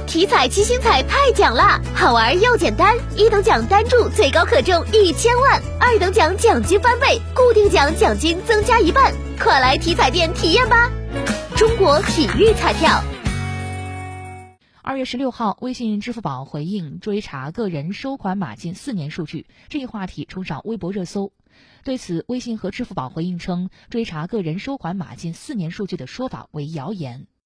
体彩七星彩太奖啦，好玩又简单，一等奖单注最高可中1000万，二等奖奖金翻倍，固定奖奖金增加1半，快来体彩店体验吧！中国体育彩票。 2月16号，微信、支付宝回应追查个人收款码近4年数据，这一话题冲上微博热搜。对此，微信和支付宝回应称，追查个人收款码近4年数据的说法为谣言。